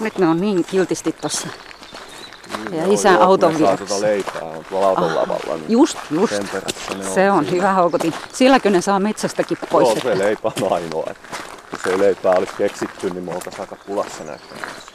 Nyt ne on niin kiltisti tossa. Ja isän auton vieressä. Tuota leipää on tuolla auton lavalla. Niin Just. Se on siinä. hyvä houkutin. Silläkö ne saa metsästäkin pois? Joo, se leipä on ainoa. Jos ei leipää olisi keksitty, niin me oltaisiin aika pulassa näitä.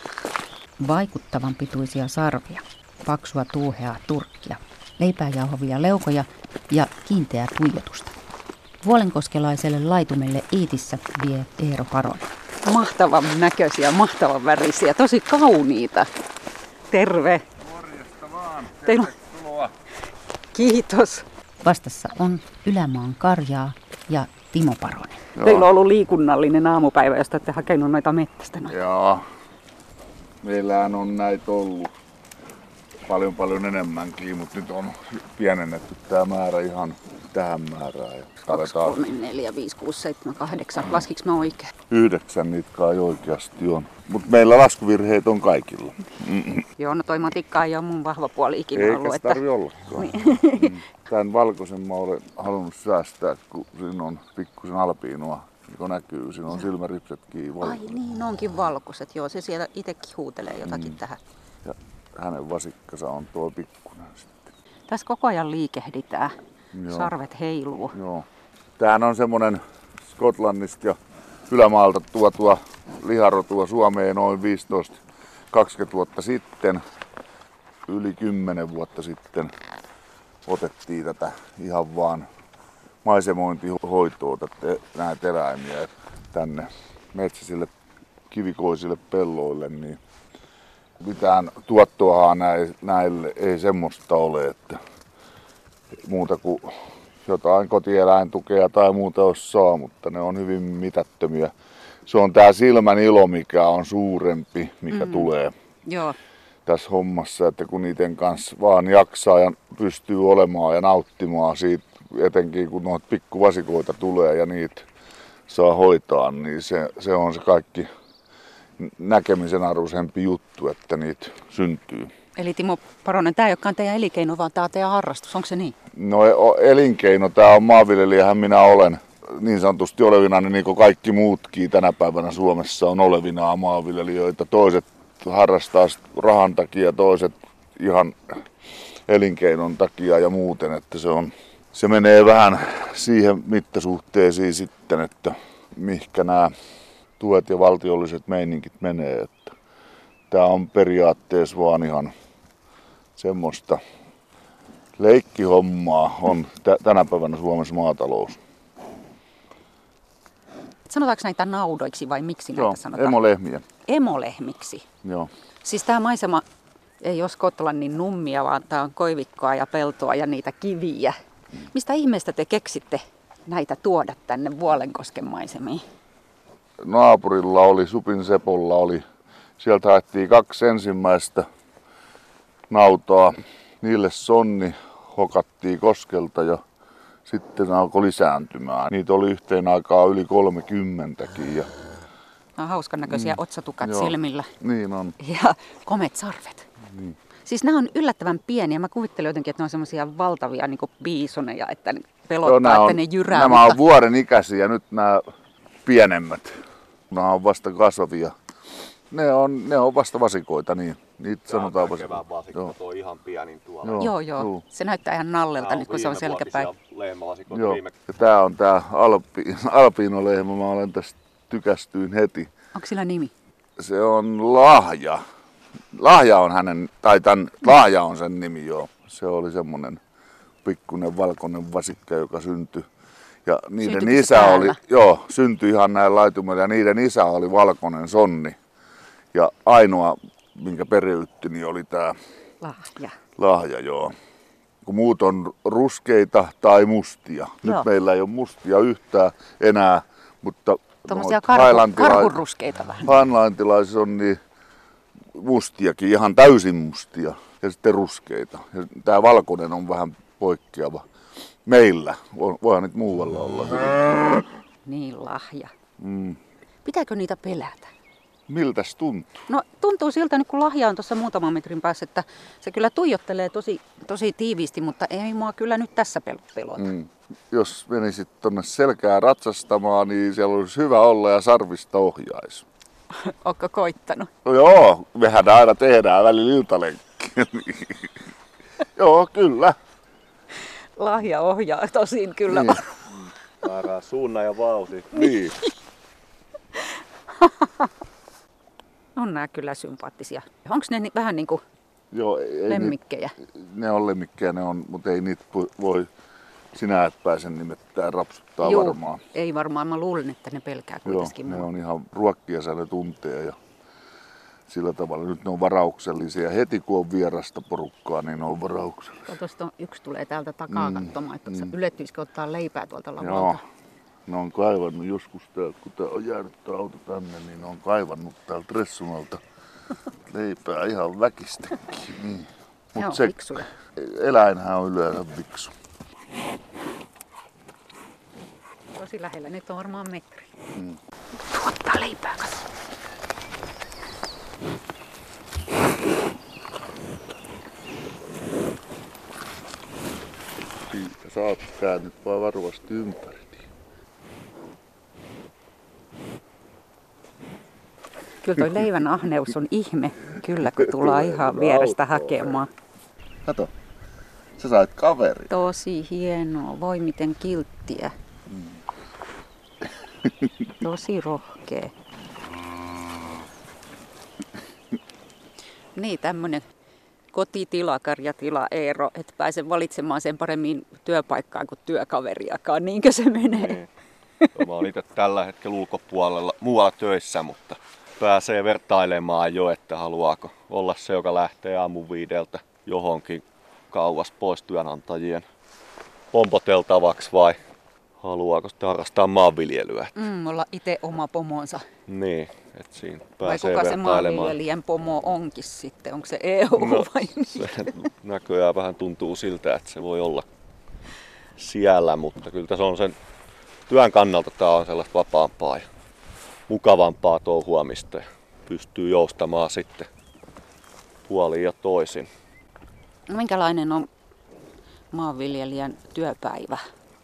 Vaikuttavan pituisia sarvia, paksua tuuheaa turkkia, leipää jauhovia leukoja ja kiinteää tuijotusta. Vuolenkoskelaiselle laitumelle Iitissä vie Eero Paronen. Mahtavan näköisiä, mahtavan värisiä, tosi kauniita. Terve. Morjesta vaan. Teillä... Tervetuloa. Kiitos. Vastassa on Ylämaan Karjaa ja Timo Paronen. Joo. Teillä on ollut liikunnallinen aamupäivä, josta olette hakenut noita mettästä. Joo. Meillähän on näitä ollut paljon enemmänkin, mutta nyt on pienennetty tämä määrä ihan tähän määrään. 2, 3, 4, 5, 6, 7, 8. Laskiks mä oikein? 9 niitä kai oikeasti on. Mutta meillä laskuvirheet on kaikilla. Joo, no toi matikka ei ole mun vahva puoli ikinä Eikä ollut. se tarvi ollakaan. Tän valkoisen mä olen halunnut säästää, kun siinä on pikkusen alpiinoa. Niin näkyy, siinä on silmäripsetkin valkoiset. Ai niin, onkin valkoiset. Joo, se siellä itsekin huutelee jotakin tähän. Ja hänen vasikkansa on tuo pikkunen sitten. Tässä koko ajan liikehditään. Joo. Sarvet heiluu. Joo. Tämähän on semmonen Skotlannista ja Ylämaalta tuotua liharotua Suomeen noin 15-20 vuotta sitten. Yli 10 vuotta sitten otettiin tätä ihan vaan maisemointihoitoa näitä eläimiä tänne metsäisille kivikoisille pelloille, niin mitään tuottoahan näille ei semmoista ole, että muuta kuin jotain kotieläintukea tai muuta jos saa, mutta ne on hyvin mitättömiä. Se on tää silmän ilo, mikä on suurempi, mikä tulee Joo. tässä hommassa, että kun niiden kanssa vaan jaksaa ja pystyy olemaan ja nauttimaan siitä, etenkin kun noita pikkuvasikoita tulee ja niitä saa hoitaa, niin se on se kaikki näkemisen arvoisempi juttu, että niitä syntyy. Eli Timo Paronen, tämä ei olekaan teidän elinkeino, vaan tämä on teidän harrastus. Onko se niin? No elinkeino, tämä on maanviljelijähän minä olen niin sanotusti olevina, niin kuin kaikki muutkin tänä päivänä Suomessa on olevinaan maanviljelijöitä. Toiset harrastaa rahan takia, toiset ihan elinkeinon takia ja muuten, että se menee vähän siihen mittasuhteisiin sitten, että mihkä nämä tuet ja valtiolliset meininkit menee. Että tämä on periaatteessa vaan ihan semmoista leikkihommaa on tänä päivänä Suomessa maatalous. Sanotaanko näitä naudoiksi vai miksi näitä sanotaan? Emolehmiä. Emolehmiksi. Joo. Siis tämä maisema ei ole Skotlannin nummia, vaan tämä on koivikkoa ja peltoa ja niitä kiviä. Mistä ihmeestä te keksitte näitä tuoda tänne Vuolenkosken maisemiin? Naapurilla oli, Supin Sepolla oli. Sieltä haettiin 2 ensimmäistä nautaa. Niille sonni hokattiin koskelta ja sitten alkoi lisääntymään. Niitä oli yhteen aikaan yli 30kin. Ja Nämä on hauskan näköisiä otsatukat silmillä. Niin on. Ja komet sarvet. Niin. Siis nämä on yllättävän pieniä. Mä kuvittelin jotenkin, että ne on semmoisia valtavia niin kuin biisoneja, että ne pelottaa, että ne jyrää. Nämä on vuoden ikäisiä, nyt nämä pienemmät. Nämä on vasta kasvavia. Ne on vasta vasikoita, niin. Niitä sanotaan vasikoita. Vasikko, tuo ihan pienin tuolla. Joo. Se näyttää ihan nallelta, nyt kun se on selkäpäin. Joo. Ja tää on tää alpiinolehmä, mä olen tästä tykästyin heti. Onko sillä nimi? Se on Lahja. Lahja on sen nimi, joo. Se oli semmonen pikkunen valkoinen vasikka, joka syntyi. Ja niiden isä oli, syntyi ihan näin laitumella ja niiden isä oli valkoinen sonni. Ja ainoa, minkä periytti, niin oli tää Lahja, joo. Kun muut on ruskeita tai mustia. Nyt meillä ei ole mustia yhtään enää, mutta tuommoisia karhunruskeita vähän. Highlantilaisissa on niin mustiakin, ihan täysin mustia ja sitten ruskeita. Ja tää valkoinen on vähän poikkeava. Meillä, voihan nyt muualla olla. Niin, Lahja. Pitääkö niitä pelätä? Miltäs tuntuu? No tuntuu siltä, nyt kun Lahja on tuossa muutaman metrin päässä, että se kyllä tuijottelee tosi tiiviisti, mutta ei mua kyllä nyt tässä pelota. Jos menisit tonne selkää ratsastamaan, niin siellä olisi hyvä olla ja sarvista ohjaisi. Ootko koittanut? No joo, mehän aina tehdään välillä iltalenkkiä. Joo, kyllä. Lahja ohjaa tosin kyllä. Niin. Määrää suunnan ja vauhdin. Niin. On nää kyllä sympaattisia. Onko ne vähän niin kuin Joo, ei lemmikkejä? Ne on lemmikkejä, ne on, mutta ei niitä voi sinä et pääse nimittäin rapsuttaa Joo, varmaan. ei varmaan. Mä luulen, että ne pelkää Joo, kuitenkin. ne on ihan ruokkia ne tuntee ja sillä tavalla. Nyt ne on varauksellisia. Heti kun on vierasta porukkaa, niin ne on varauksellisia. Tuosta yksi tulee täältä takaa katsomaan, että ylettyisikö ottaa leipää tuolta lavalta. Joo, ne on kaivannut joskus täältä, kun tää on jäänyt tää auto tänne, niin ne on kaivannut täältä Ressunalta leipää ihan väkistäkin. Niin. Joo, Mut se fiksuja. eläinhän on yleensä fiksu. Tosi lähellä, nyt on varmaan metri. Tuottaa leipää, katso. Siitä saat käännyt vaan varovasti ympäri. Kyllä toi leivän ahneus on ihme, kyllä kun tullaan ihan vierestä hakemaan. Kato, sä sait kaveri. Tosi hienoa, voi miten kilttiä. Tosi rohkea. Niin, tämmönen kotitila, karjatila, Eero, että pääsen valitsemaan sen paremmin työpaikkaan kuin työkaveriakaan, niinkö se menee? Niin. Mä oon itse tällä hetkellä ulkopuolella muualla töissä, mutta pääsee vertailemaan jo, että haluaako olla se, joka lähtee aamun 5 johonkin kauas pois työnantajien pompoteltavaksi vai haluaako sitä harrastaa maanviljelyä. Olla itse oma pomonsa. Niin, että siinä Vai pääsee kuka se vertailemaan. maanviljelijän pomo onkin sitten? Onko se EU No, vai se näköjään vähän tuntuu siltä, että se voi olla siellä, mutta kyllä tässä on sen työn kannalta tää on sellaista vapaampaa ja mukavampaa touhuamista ja pystyy joustamaan sitten puoliin ja toisin. Minkälainen on maanviljelijän työpäivä?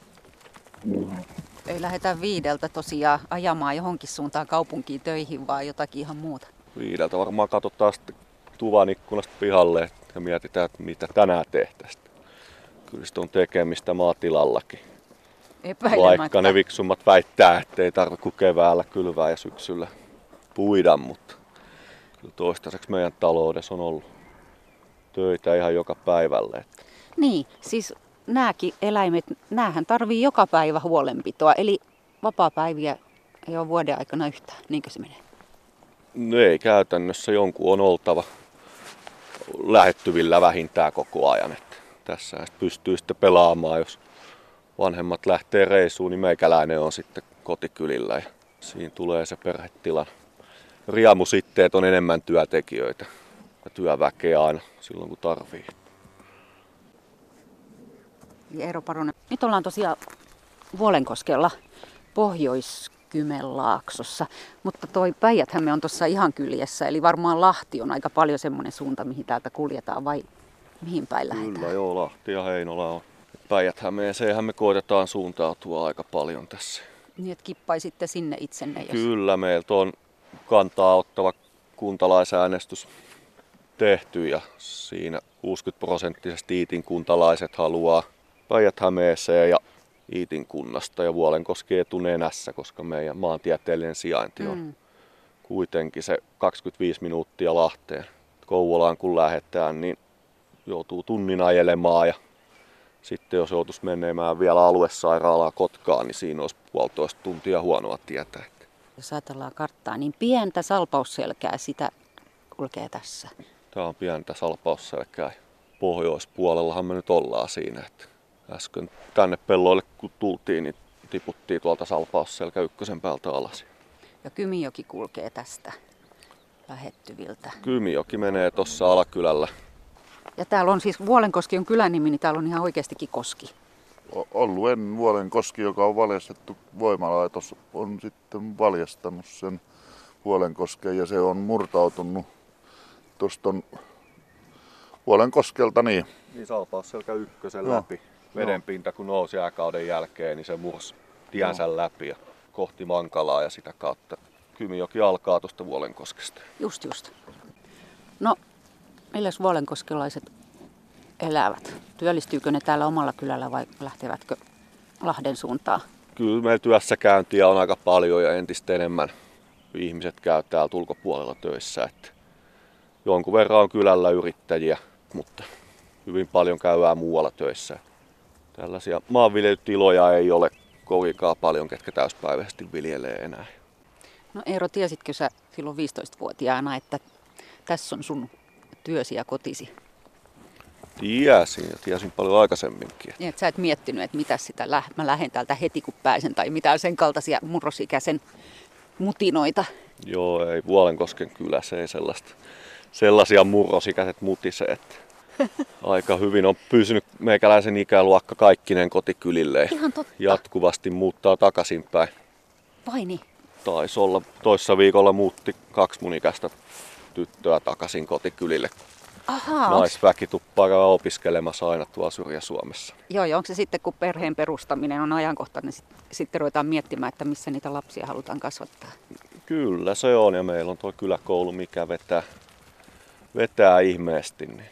Ei lähdetä 5 tosiaan ajamaan johonkin suuntaan kaupunkiin töihin, vaan jotakin ihan muuta. 5 varmaan katsotaan sitten tuvan ikkunasta pihalle ja mietitään, että mitä tänään tehtäisiin. Kyllä sitä on tekemistä maatilallakin. Vaikka ne viksummat väittää, että ei tarvitse kuin keväällä kylvää ja syksyllä puida, mutta kyllä toistaiseksi meidän taloudessa on ollut töitä ihan joka päivälle. Niin, siis nääkin eläimet, näähän tarvii joka päivä huolenpitoa, eli vapaapäiviä ei ole vuoden aikana yhtään, niinkö se menee? No ei käytännössä, jonkun on oltava lähettyvillä vähintään koko ajan. Että tässä pystyy sitten pelaamaan, jos vanhemmat lähtee reissuun, niin meikäläinen on sitten kotikylillä ja siinä tulee se perhetilan riamu sitten, että on enemmän työntekijöitä ja työväkeä aina silloin kun tarvii. Eero Paronen, nyt ollaan tosiaan Vuolenkoskella Pohjois-Kymenlaaksossa, mutta toi Päijät-Häme on tuossa ihan kyljessä, eli varmaan Lahti on aika paljon semmoinen suunta, mihin täältä kuljetaan, vai mihin päin lähdetään? Kyllä joo, Lahti ja Heinola on. Päijät-Hämeeseenhän me koitetaan suuntautua aika paljon tässä. Niin, että kippaisitte sinne itsenne, jos... Kyllä, meiltä on kantaa ottava kuntalaisäänestys tehty ja siinä 60% Iitin kuntalaiset haluaa Päijät-Hämeeseen ja Iitin kunnasta ja Vuolenkoski etunenässä, koska meidän maantieteellinen sijainti on kuitenkin se 25 minuuttia Lahteen. Kouvolaan kun lähdetään, niin joutuu tunnin ajelemaan ja sitten jos joutuisi menemään vielä aluesairaalaa Kotkaan, niin siinä olisi 1,5 tuntia huonoa tietä. Jos ajatellaan karttaa, niin pientä salpausselkää sitä kulkee tässä. Tämä on pientä salpausselkää. Pohjoispuolellahan me nyt ollaan siinä. Että äsken tänne pelloille kun tultiin, niin tiputtiin tuolta salpausselkä 1 päältä alas. Ja Kymijoki kulkee tästä lähettyviltä. Kymijoki menee tuossa alakylällä. Ja täällä on siis, Vuolenkoski on kylänimi, niin täällä on ihan oikeastikin koski. Ollut ennen Vuolenkoski, joka on valjastettu voimalaitos, on sitten valjastanut sen Vuolenkosken ja se on murtautunut tuosta Vuolenkoskelta niin. Niin salpausselkä 1 läpi. Vedenpinta kun nousi jääkauden jälkeen, niin se mursi tiensä läpi ja kohti Mankalaa ja sitä kautta Kymijoki alkaa tuosta Vuolenkoskesta. Just. No, milläs vuolenkoskelaiset elävät? Työllistyykö ne täällä omalla kylällä vai lähtevätkö Lahden suuntaan? Kyllä meillä työssäkäyntiä on aika paljon ja entistä enemmän ihmiset käy täältä ulkopuolella töissä. Että jonkun verran on kylällä yrittäjiä, mutta hyvin paljon käydään muualla töissä. Tällaisia maanviljelytiloja ei ole kovinkaan paljon, ketkä täyspäiväisesti viljelee enää. No Eero, tiesitkö sä silloin 15-vuotiaana, että tässä on sun työsi ja kotisi? Tiesin ja tiesin paljon aikaisemminkin. Niin, että sä et miettinyt, että mitä sitä mä lähden täältä heti kun pääsen tai mitään sen kaltaisia murrosikäisen mutinoita. Joo, ei Vuolenkosken kylässä ei sellaisia murrosikäiset mutise. Että aika hyvin on pysynyt meikäläisen ikäluokka kaikkinen kotikylilleen. Ihan totta. Jatkuvasti muuttaa takaisinpäin. Vai niin? Taisi olla toissa viikolla muutti 2 mun ikäistä tyttöä takaisin kotikylille. Ahaa. Naisväki tuppaa opiskelemassa aina tuolla Syrjä-Suomessa. Joo, ja onko se sitten, kun perheen perustaminen on ajankohtainen, sitten ruvetaan miettimään, että missä niitä lapsia halutaan kasvattaa? Kyllä se on, ja meillä on tuo kyläkoulu, mikä vetää ihmeesti. Niin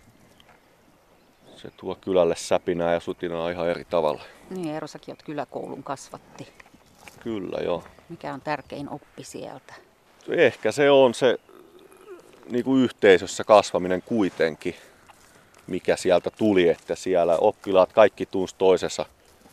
se tuo kylälle säpinää ja sutinaa ihan eri tavalla. Niin, Eero, säkin oot kyläkoulun kasvatti. Kyllä, joo. Mikä on tärkein oppi sieltä? Ehkä se on se niin kuin yhteisössä kasvaminen kuitenkin, mikä sieltä tuli, että siellä oppilaat kaikki tunsi toisessa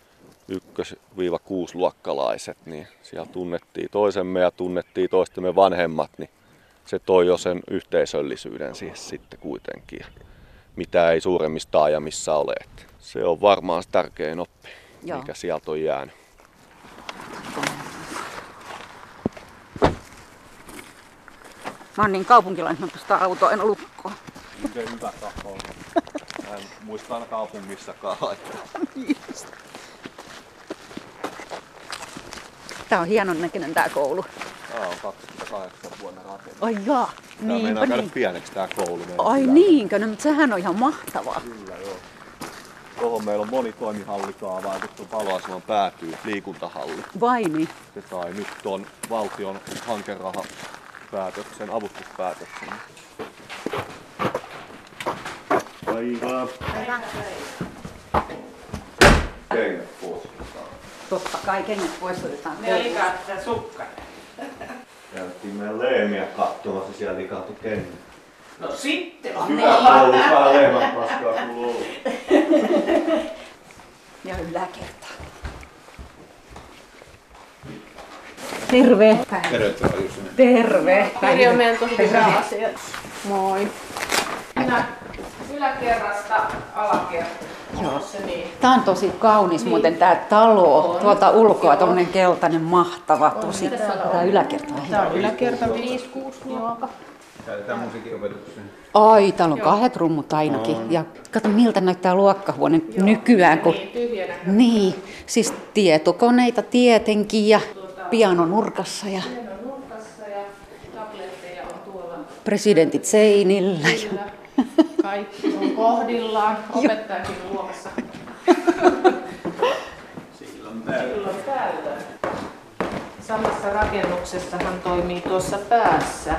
1-6-luokkalaiset, niin siellä tunnettiin toisemme ja tunnettiin toistemme vanhemmat, niin se toi jo sen yhteisöllisyyden siihen sitten kuitenkin, mitä ei suuremmissa taajamissa ole. Että se on varmaan se tärkein oppi, mikä sieltä on jäänyt. Mä oon niin kaupunkilainen, että mä pistän autoa en lukkoon. Miten hyvä tapa on. Mä en muista aina kaupungissakaan laittaa. Tää on hienon näköinen tää koulu. Tää on 28 vuonna rakennettu. Ai jaa, Tää niinpä meinaa käydä niin. pieneksi tää koulu. Ai niinkö, no, mutta sehän on ihan mahtavaa. Kyllä joo. Tuohon meillä on monitoimihallikaavaitettu Paloaseman päätyy liikuntahalli. Vai niin? Se sai nyt tuon valtion hankerahapäätöksen, avustuspäätöksen. Päivää. Kengät pois. Totta kai kengät pois otetaan. Ne oli sitä sukkaa. Käytiin meidän Leemiä katsomassa, siellä likaantui kengät. No sitten on. Kyläkoulussa lehmän paskaa kuuluu. Ja yläkertaa. Terve. Terve. Pirjo on meidän tosi hyvä asia. Moi. Yläkerrasta alakertaan. Joo. Se niin. Tää on tosi kaunis muuten tää talo. Tuolta ulkoa tommonen keltainen mahtava. Tosi. Tää yläkerta on Tää on yläkerta 5-6 luokka. Käytetään musiikkiopetukseen. Ai, täällä on 2 rummut ainakin. Ja kato miltä näyttää luokkahuone nykyään. Kun... Niin, tyhjänä. Niin, siis tietokoneita tietenkin ja piano nurkassa ja Pieno nurkassa ja tabletteja on tuolla. presidentit seinillä. Kyllä. Kaikki on kohdillaan. Opettajakin luokassa. Silloin Silloin tällöin. Samassa rakennuksessa hän toimii tuossa päässä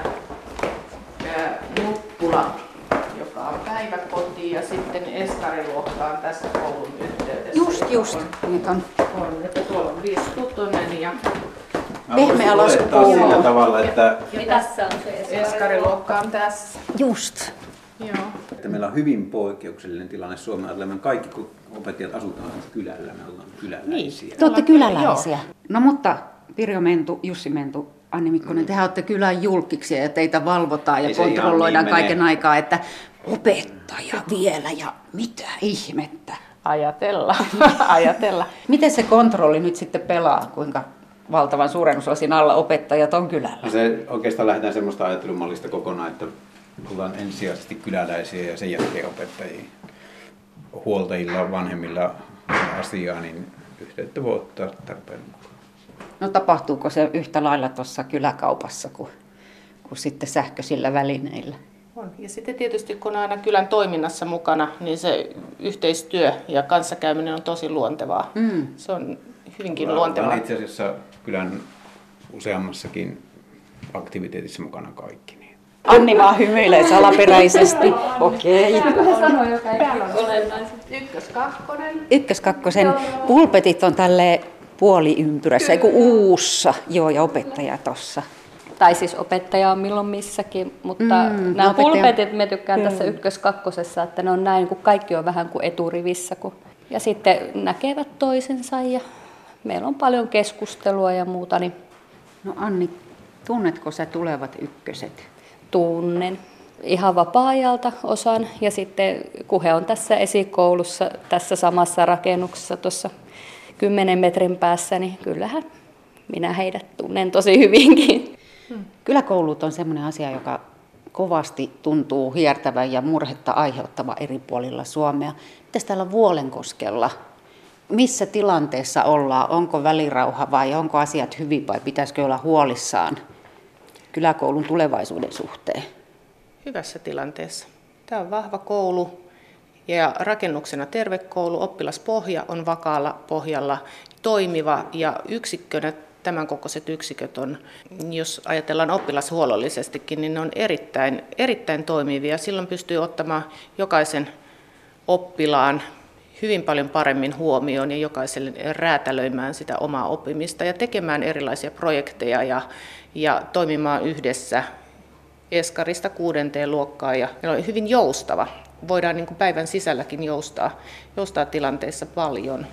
nuppula, joka on päiväkoti ja sitten eskariluokka on tässä koulun yhteydessä. Just. Nyt on Että tuolla on 5-6 ja pehmeälaskukoulu. sillä tavalla, että eskariluokka on tässä. Just. Joo. meillä on hyvin poikkeuksellinen tilanne Suomessa. Me kaikki opettajat asutaan kylällä, me ollaan kyläläisiä. Te olette kyläläisiä. No mutta Pirjo Mentu, Jussi Mentu, Anni Mikkonen, tehän olette kylän julkkiksi ja teitä valvotaan ja Ei se ihan kontrolloidaan niin kaiken mene. aikaa, että opettaja vielä ja mitä ihmettä. Ajatella. Miten se kontrolli nyt sitten pelaa, kuinka valtavan suurennuslasin alla opettajat on kylällä? No se oikeastaan lähdetään semmoista ajattelumallista kokonaan, että ollaan ensisijaisesti kyläläisiä ja sen jälkeen opettajia. Huoltajilla, vanhemmilla asiaa, niin yhteyttä voi ottaa tarpeen mukaan. No tapahtuuko se yhtä lailla tuossa kyläkaupassa kuin sitten sähköisillä välineillä? On. Ja sitten tietysti kun on aina kylän toiminnassa mukana, niin se yhteistyö ja kanssakäyminen on tosi luontevaa. Se on hyvinkin luontevaa. Olen itse asiassa kylän useammassakin aktiviteetissa mukana kaikki. Niin. Anni vaan hymyilee salaperäisesti. Okei. Ykkös-kakkosen pulpetit on tälleen puoliympyrässä, eiku uussa. Joo, ja opettaja tossa. Tai siis opettaja on milloin missäkin, mutta nämä pulpetit me tykkään tässä ykkös-kakkosessa, että ne on näin, kun kaikki on vähän kuin eturivissä. Ja sitten näkevät toisensa ja meillä on paljon keskustelua ja muuta. Niin No Anni, tunnetko sä tulevat ykköset? Tunnen. Ihan vapaa-ajalta osan ja sitten kun he on tässä esikoulussa, tässä samassa rakennuksessa tuossa 10 metrin päässä, niin kyllähän minä heidät tunnen tosi hyvinkin. Kyläkoulut on sellainen asia, joka kovasti tuntuu hiertävän ja murhetta aiheuttava eri puolilla Suomea. Mitäs täällä Vuolenkoskella? Missä tilanteessa ollaan? Onko välirauha vai onko asiat hyvin vai pitäisikö olla huolissaan kyläkoulun tulevaisuuden suhteen? Hyvässä tilanteessa. Tämä on vahva koulu ja rakennuksena terve koulu. Oppilaspohja on vakaalla pohjalla toimiva ja yksikkönä tämän kokoiset yksiköt on, jos ajatellaan oppilashuollollisestikin, niin ne on erittäin toimivia. Silloin pystyy ottamaan jokaisen oppilaan hyvin paljon paremmin huomioon ja jokaiselle räätälöimään sitä omaa oppimista ja tekemään erilaisia projekteja ja toimimaan yhdessä eskarista 6. luokkaan. Ja meillä on hyvin joustava. Voidaan niin kuin päivän sisälläkin joustaa tilanteissa paljon.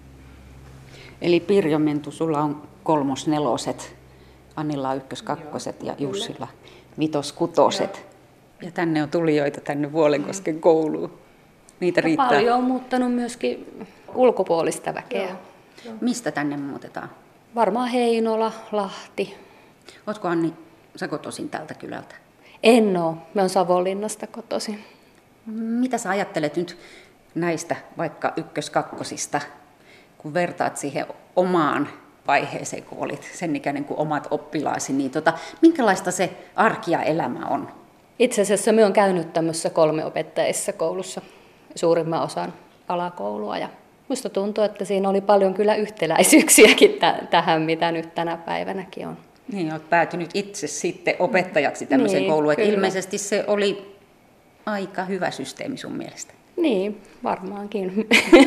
Eli Pirjo Mentu, sulla on 3., 4, Annilla on 1., 2 ja Jussilla 5., 6. Ja tänne on tulijoita tänne Vuolenkosken kouluun. Niitä riittää. Paljon on muuttanut myöskin ulkopuolista väkeä. Mistä tänne muutetaan? Varmaan Heinola, Lahti. Ootko Anni, sä kotoisin tältä kylältä? En ole. Me on Savonlinnasta kotoisin. Mitä sä ajattelet nyt näistä vaikka 1., 2, kun vertaat siihen omaan vaiheeseen, kun olit sen ikäinen kuin omat oppilaasi, niin minkälaista se arki ja elämä on? Itse asiassa me on käynyt tämmöisessä 3-opettajissa koulussa suurimman osan alakoulua ja musta tuntuu, että siinä oli paljon kyllä yhtäläisyyksiäkin tähän, mitä nyt tänä päivänäkin on. Niin, olet päätynyt itse sitten opettajaksi tämmöiseen Niin, kouluun, että kyllä. ilmeisesti se oli aika hyvä systeemi sun mielestä. Niin, varmaankin.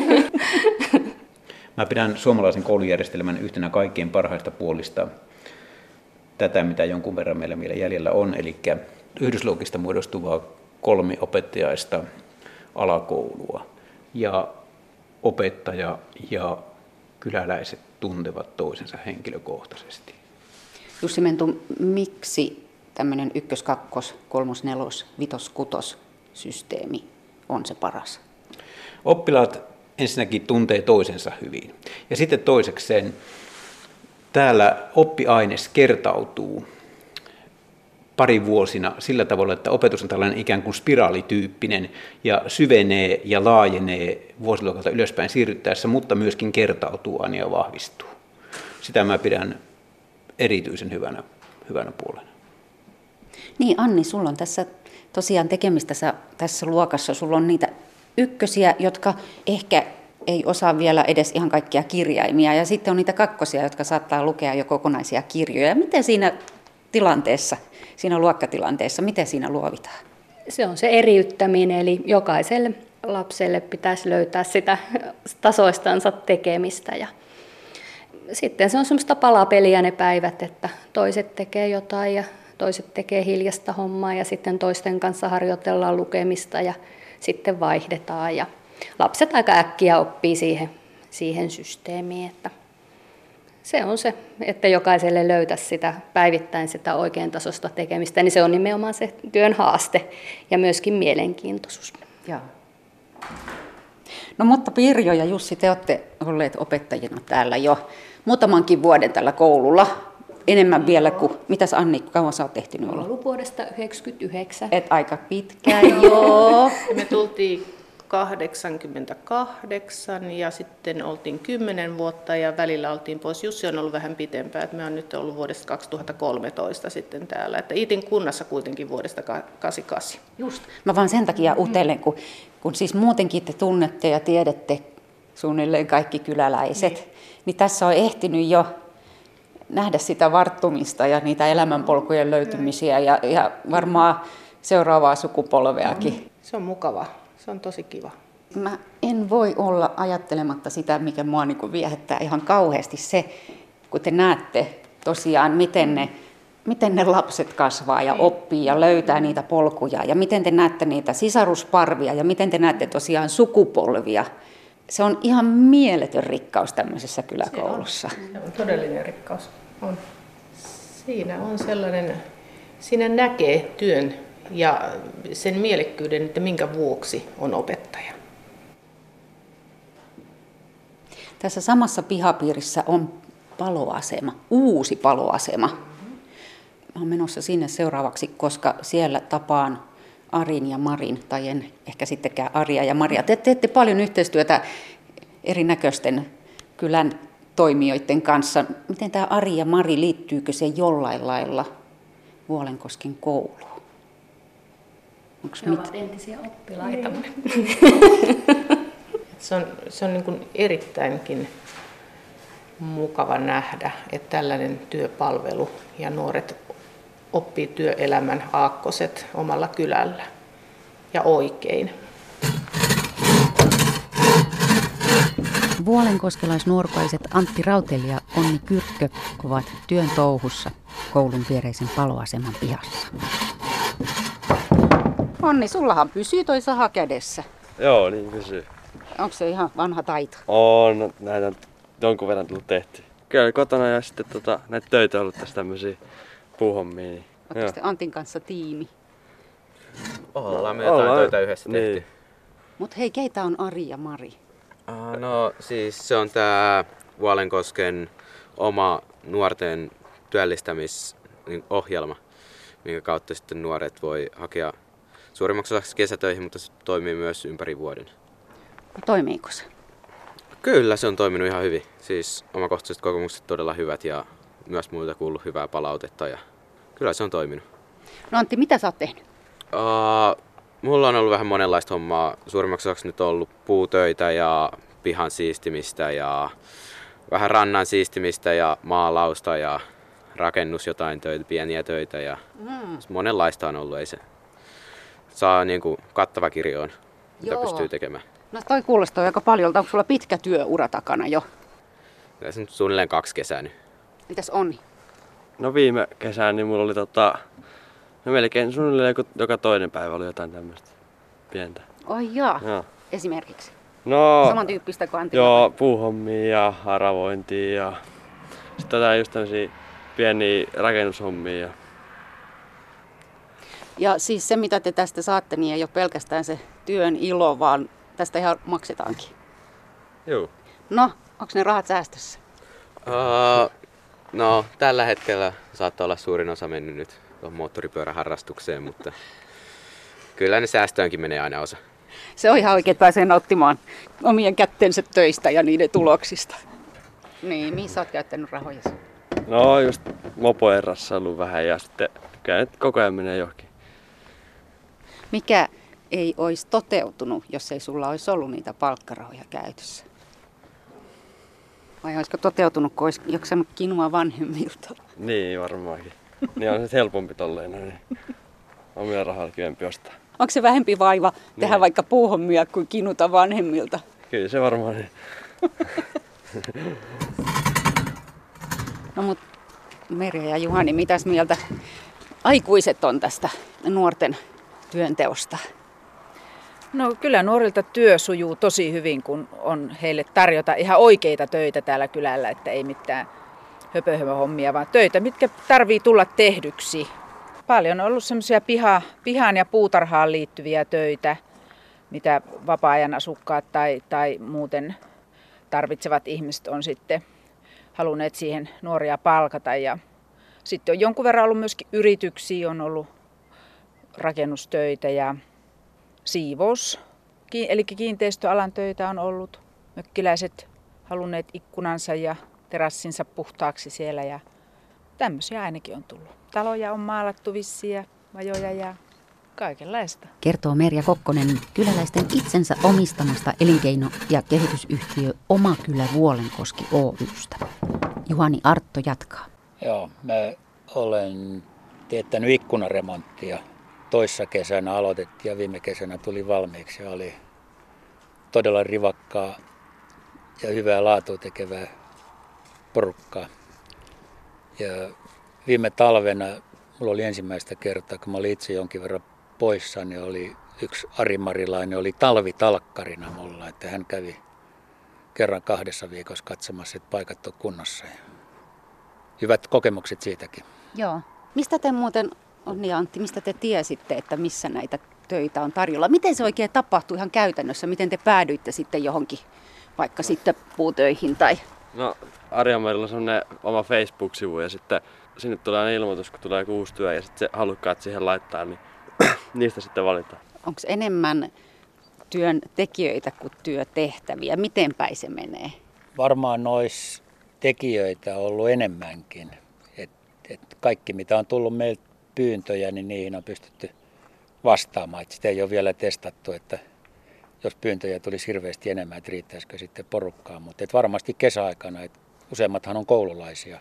Mä pidän suomalaisen koulujärjestelmän yhtenä kaikkein parhaista puolista tätä, mitä jonkun verran meillä jäljellä on, eli yhdysluokista muodostuvaa 3-opettajaista alakoulua. Ja opettaja ja kyläläiset tuntevat toisensa henkilökohtaisesti. Jussi Mentu, miksi tämmöinen 1., 2., 3., 4., 5., 6. systeemi on se paras? Oppilaat ensinnäkin tuntee toisensa hyvin. Ja sitten toisekseen täällä oppiaines kertautuu parivuosina sillä tavalla, että opetus on tällainen ikään kuin spiraalityyppinen ja syvenee ja laajenee vuosiluokalta ylöspäin siirryttäessä, mutta myöskin kertautuu aina ja vahvistuu. Sitä mä pidän erityisen hyvänä puolena. Niin Anni, sulla on tässä tosiaan tekemistä tässä luokassa. Sulla on niitä ykkösiä, jotka ehkä ei osaa vielä edes ihan kaikkia kirjaimia. Ja sitten on niitä 2, jotka saattaa lukea jo kokonaisia kirjoja. Miten siinä tilanteessa, siinä luokkatilanteessa, miten siinä luovitaan? Se on se eriyttäminen, eli jokaiselle lapselle pitäisi löytää sitä tasoistansa tekemistä. Ja sitten se on semmoista palapeliä ne päivät, että toiset tekee jotain ja toiset tekee hiljasta hommaa ja sitten toisten kanssa harjoitellaan lukemista ja sitten vaihdetaan. Ja lapset aika äkkiä oppii siihen systeemiin, että se on se, että jokaiselle löytäisi sitä päivittäin sitä oikean tasosta tekemistä, niin se on nimenomaan se työn haaste ja myöskin mielenkiintoisuus. Joo. No mutta Pirjo ja Jussi, te olette olleet opettajina täällä jo muutamankin vuoden tällä koululla. Enemmän vielä kuin, mitäs Anni, kauan sä oot tehtynyt olla? Ollut vuodesta 1999. Et aika pitkään, joo. Me tultiin 88 ja sitten oltiin 10 vuotta ja välillä oltiin pois. Jussi on ollut vähän pitempään, että me on nyt ollut vuodesta 2013 sitten täällä. Että Iitin kunnassa kuitenkin vuodesta 88. Just. Mä vaan sen takia utelen, kun siis muutenkin te tunnette ja tiedätte suunnilleen kaikki kyläläiset, niin tässä on ehtinyt jo nähdä sitä varttumista ja niitä elämänpolkujen löytymisiä ja varmaan seuraavaa sukupolveakin. Se on mukava. Se on tosi kiva. Mä en voi olla ajattelematta sitä, mikä mua niin kuin viehättää ihan kauheasti se, kun te näette tosiaan, miten ne lapset kasvaa ja oppii ja löytää niitä polkuja ja miten te näette niitä sisarusparvia ja miten te näette tosiaan sukupolvia. Se on ihan mieletön rikkaus tämmöisessä kyläkoulussa. Se on todellinen rikkaus. On. Siinä on sellainen, siinä näkee työn ja sen mielekkyyden, että minkä vuoksi on opettaja. Tässä samassa pihapiirissä on paloasema, uusi paloasema. Mä oon menossa sinne seuraavaksi, koska siellä tapaan Arin ja Marin, tai en ehkä sittenkään Aria ja Maria. Te teette paljon yhteistyötä erinäköisten kylän toimijoiden kanssa. Miten tämä Ari ja Mari, liittyykö se jollain lailla Vuolenkosken kouluun? Ne ovat entisiä oppilaitamme. Se on niin kuin erittäinkin mukava nähdä, että tällainen työpalvelu ja nuoret oppii työelämän aakkoset omalla kylällä ja oikein. Vuolenkoskelaisnuorpaiset Antti Rauteli ja Onni Kyrkkö ovat työn touhussa koulun viereisen paloaseman pihassa. Onni, sullahan pysyy toi saha kädessä. Joo, niin pysyy. Onko se ihan vanha taito? On, näitä on jonkun verran tullut tehty. Kyllä kotona ja sitten näitä töitä on ollut tässä tämmöisiä puuhommia. Niin. Oletteko te Antin kanssa tiimi? Ollaan me jotain töitä yhdessä tehty. Niin. Mutta hei, keitä on Ari ja Mari? No siis se on tää Vuolenkosken oma nuorten työllistämisohjelma, minkä kautta sitten nuoret voi hakea suurimmaksi osaksi kesätöihin, mutta se toimii myös ympäri vuoden. Toimiiko se? Kyllä, se on toiminut ihan hyvin. Siis omakohtaiset kokemukset todella hyvät ja myös muilta kuullut hyvää palautetta ja kyllä se on toiminut. No Antti, mitä sä oot tehnyt? Mulla on ollut vähän monenlaista hommaa. Suurimmaksi osaksi nyt on ollut puutöitä ja pihan siistimistä ja vähän rannan siistimistä ja maalausta ja rakennus jotain töitä, pieniä töitä ja monenlaista on ollut. Ei se saa niin kuin kattava kirjo on, mitä pystyy tekemään. No toi kuulostaa aika paljolta. Onko sulla pitkä työura takana jo? Tässä nyt suunnilleen 2 kesää nyt. Mitäs Onni? No viime kesänä niin mulla oli no melkein suunnilleen joka toinen päivä oli jotain tämmöistä pientä. Oi jaa. Joo. Esimerkiksi? No, Samantyyppistä kuin Antti? joo, puuhommia ja haravointia ja sitten just tämmöisiä pieniä rakennushommia. Ja siis se, mitä te tästä saatte, niin ei ole pelkästään se työn ilo, vaan tästä ihan maksetaankin. Joo. No, onko ne rahat säästössä? No, tällä hetkellä saattaa olla suurin osa mennyt nyt tuohon moottoripyöräharrastukseen, mutta kyllä ne säästöönkin menee aina osa. Se on ihan oikein, että pääsee nauttimaan omien kättensä töistä ja niiden tuloksista. Niin, mihin sä oot käyttänyt rahoja? No just mopoerrassa ollut vähän ja sitten kyllä nyt koko ajan menee johonkin. Mikä ei olisi toteutunut, jos ei sulla olisi ollut niitä palkkarahoja käytössä? Vai olisiko toteutunut, kun olisi jaksanut kinua vanhemmilta? Niin varmaankin. Niin on se helpompi tolleen, niin omilla rahoilla kivempi ostaa. Onko se vähempi vaiva tehdä vaikka puuhommia kuin kinuta vanhemmilta? Kyllä se varmaan niin. No mut Merja ja Juhani, mitäs mieltä aikuiset on tästä nuorten työnteosta? No kyllä nuorilta työ sujuu tosi hyvin, kun on heille tarjota ihan oikeita töitä täällä kylällä, että ei mitään höpöhöpöhommia, vaan töitä, mitkä tarvii tulla tehdyksi. Paljon on ollut semmoisia pihaan ja puutarhaan liittyviä töitä, mitä vapaa-ajan asukkaat tai muuten tarvitsevat ihmiset on sitten halunneet siihen nuoria palkata. Ja sitten on jonkun verran ollut myöskin yrityksiä, on ollut rakennustöitä ja siivous, eli kiinteistöalan töitä on ollut. Mökkiläiset halunneet ikkunansa ja terassinsa puhtaaksi siellä ja tämmöisiä ainakin on tullut. Taloja on maalattu vissiä, vajoja ja kaikenlaista. Kertoo Merja Kokkonen kyläläisten itsensä omistamasta elinkeino- ja kehitysyhtiö Oma Kylä Vuolenkoski Oy:stä. Juhani Artto jatkaa. Joo, mä olen teettänyt ikkunaremonttia. Toissa kesänä aloitettiin ja viime kesänä tuli valmiiksi ja oli todella rivakkaa ja hyvää laatua tekevää porukkaa. Ja viime talvena mulla oli ensimmäistä kertaa, kun mä olin itse jonkin verran poissa, niin oli yksi arimarilainen, oli talvitalkkarina mulla, että hän kävi kerran 2 viikossa katsomassa, että paikat on kunnossa. Ja hyvät kokemukset siitäkin. Joo. Mistä te muuten, Onni ja Antti, mistä te tiesitte, että missä näitä töitä on tarjolla? Miten se oikein tapahtui ihan käytännössä? Miten te päädyitte sitten johonkin, vaikka sitten puutöihin tai... No, Arjamarilla on semmoinen oma Facebook-sivu ja sitten sinne tulee aina ilmoitus, kun tulee joku uusi työ ja sitten se halukkaat siihen laittaa, niin niistä sitten valitaan. Onko enemmän työntekijöitä kuin työtehtäviä? Miten päin se menee? Varmaan nois tekijöitä on ollut enemmänkin. Et kaikki mitä on tullut meiltä pyyntöjä, niin niihin on pystytty vastaamaan. Et sitä ei ole vielä testattu, että jos pyyntöjä tulisi hirveästi enemmän, että riittäisikö sitten porukkaa. Mutta varmasti kesäaikana, että useimmathan on koululaisia,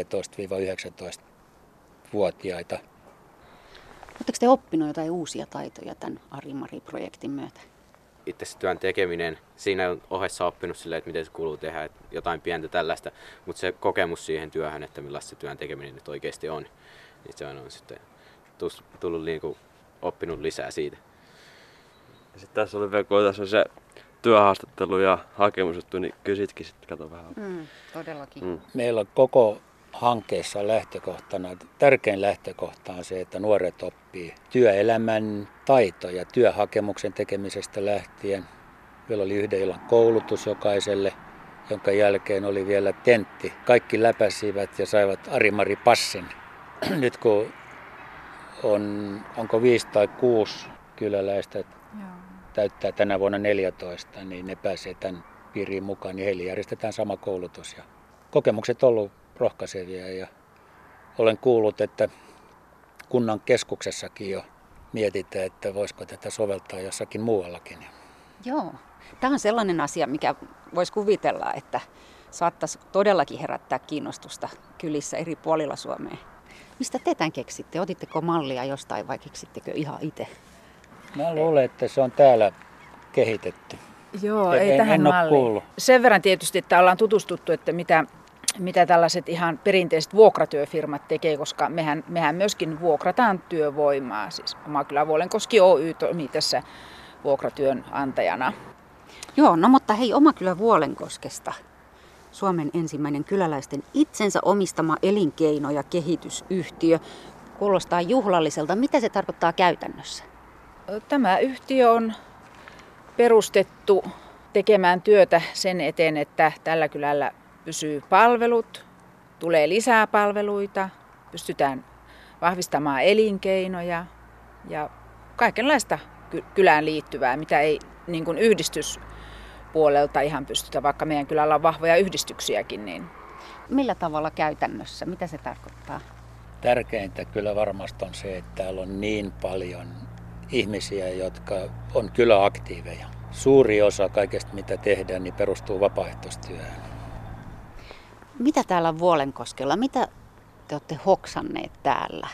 14-19-vuotiaita. Oletteko te oppinut jotain uusia taitoja tämän Arimari-projektin myötä? Itse se työn tekeminen, siinä on ohessa oppinut silleen, että miten se kuuluu tehdä, että jotain pientä tällaista, mutta se kokemus siihen työhön, että millaista se työn tekeminen nyt oikeasti on, niin se on sitten tullut oppinut lisää siitä. Ja sitten tässä oli vielä, kun tässä on se työhaastattelu ja hakemusjuttu, niin kysitkin sitten, kato vähän. Todellakin. Meillä on koko hankkeessa lähtökohtana, tärkein lähtökohta on se, että nuoret oppii työelämän taitoja työhakemuksen tekemisestä lähtien. Meillä oli 1 illan koulutus jokaiselle, jonka jälkeen oli vielä tentti. Kaikki läpäsivät ja saivat Arimari-passin. Nyt kun onko 5 tai 6 kyläläistä täyttää tänä vuonna 14, niin ne pääsee tämän piiriin mukaan, niin heille järjestetään sama koulutus. Ja kokemukset on ollut rohkaisevia ja olen kuullut, että kunnan keskuksessakin jo mietitään, että voisiko tätä soveltaa jossakin muuallakin. Joo. Tämä on sellainen asia, mikä voisi kuvitella, että saattaisi todellakin herättää kiinnostusta kylissä eri puolilla Suomea. Mistä te tämän keksitte? Otitteko mallia jostain vai keksittekö ihan itse? Mä luulen, että se on täällä kehitetty. Joo, ei tähän malliin. Sen verran tietysti, että ollaan tutustuttu, että mitä tällaiset ihan perinteiset vuokratyöfirmat tekee, koska mehän myöskin vuokrataan työvoimaa. Siis Omakylä Vuolenkoski Oy toimii tässä vuokratyönantajana. Joo, no mutta hei, Omakylä Vuolenkoskesta. Suomen ensimmäinen kyläläisten itsensä omistama elinkeino- ja kehitysyhtiö. Kuulostaa juhlalliselta. Mitä se tarkoittaa käytännössä? Tämä yhtiö on perustettu tekemään työtä sen eteen, että tällä kylällä pysyy palvelut, tulee lisää palveluita, pystytään vahvistamaan elinkeinoja ja kaikenlaista kylään liittyvää, mitä ei niin kuin yhdistyspuolelta ihan pystytä, vaikka meidän kylällä on vahvoja yhdistyksiäkin. Niin. Millä tavalla käytännössä? Mitä se tarkoittaa? Tärkeintä kyllä varmasti on se, että täällä on niin paljon ihmisiä, jotka on kyläaktiiveja. Suuri osa kaikesta, mitä tehdään, niin perustuu vapaaehtoistyöhön. Mitä täällä Vuolenkoskella, mitä te olette hoksanneet täällä?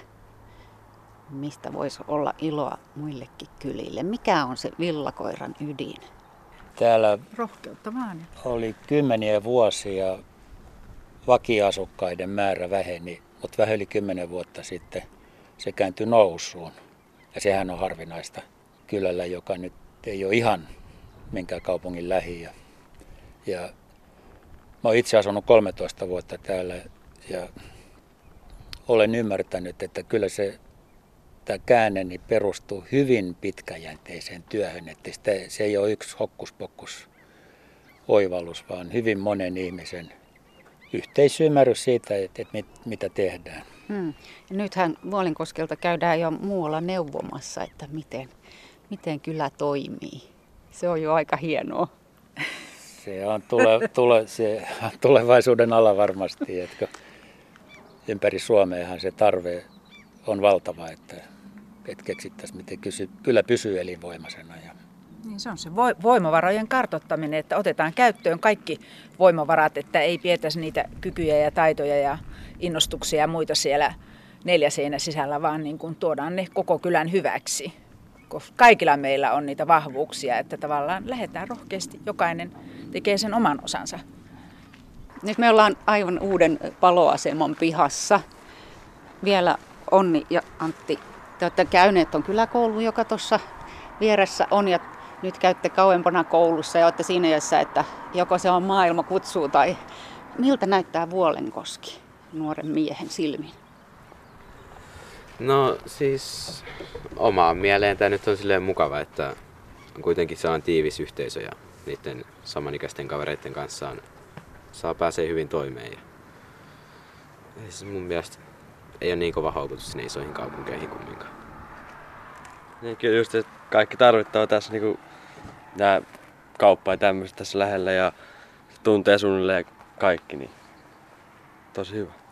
Mistä voisi olla iloa muillekin kylille? Mikä on se villakoiran ydin? Täällä rohkeutta vaan. Oli 10 vuosia vakiasukkaiden määrä väheni, mutta vähän yli 10 vuotta sitten se kääntyi nousuun. Ja sehän on harvinaista kylällä, joka nyt ei ole ihan minkään kaupungin lähi. Ja mä oon itse asunut 13 vuotta täällä ja olen ymmärtänyt, että kyllä tämä käänne niin perustuu hyvin pitkäjänteiseen työhön. Että se ei ole yksi hokkuspokkus oivallus, vaan hyvin monen ihmisen yhteisymmärrys siitä, että mitä tehdään. Ja nythän Vuolinkoskelta käydään jo muualla neuvomassa, että miten kylä toimii. Se on jo aika hienoa. Se on tulevaisuuden ala varmasti. Että ympäri Suomeahan se tarve on valtava, että keksittäisiin, miten kylä pysyy elinvoimaisena. Niin se on se voimavarojen kartoittaminen, että otetaan käyttöön kaikki voimavarat, että ei pietäisi niitä kykyjä ja taitoja ja innostuksia ja muita siellä 4 seinän sisällä, vaan niin kuin tuodaan ne koko kylän hyväksi. Koska kaikilla meillä on niitä vahvuuksia, että tavallaan lähdetään rohkeasti, jokainen tekee sen oman osansa. Nyt me ollaan aivan uuden paloaseman pihassa. Vielä Onni ja Antti, te olette käyneet tuon kyläkoulu, joka tuossa vieressä on, ja nyt käytte kauempana koulussa ja olette siinä iässä, että joko se on maailma kutsuu tai miltä näyttää Vuolenkoski nuoren miehen silmin? No siis omaan mieleen tämä nyt on silleen mukava, että kuitenkin se on tiivis yhteisö ja niiden samanikäisten kavereiden kanssa saa pääsee hyvin toimeen. Ja siis mun mielestä ei ole niin kova houkutus sinne isoihin kaupunkeihin kumminkaan. Niin kyllä just, että kaikki tarvittava tässä niinku nää kauppa ja tämmöistä tässä lähellä ja tuntee suunnilleen kaikki, niin tosi hyvä.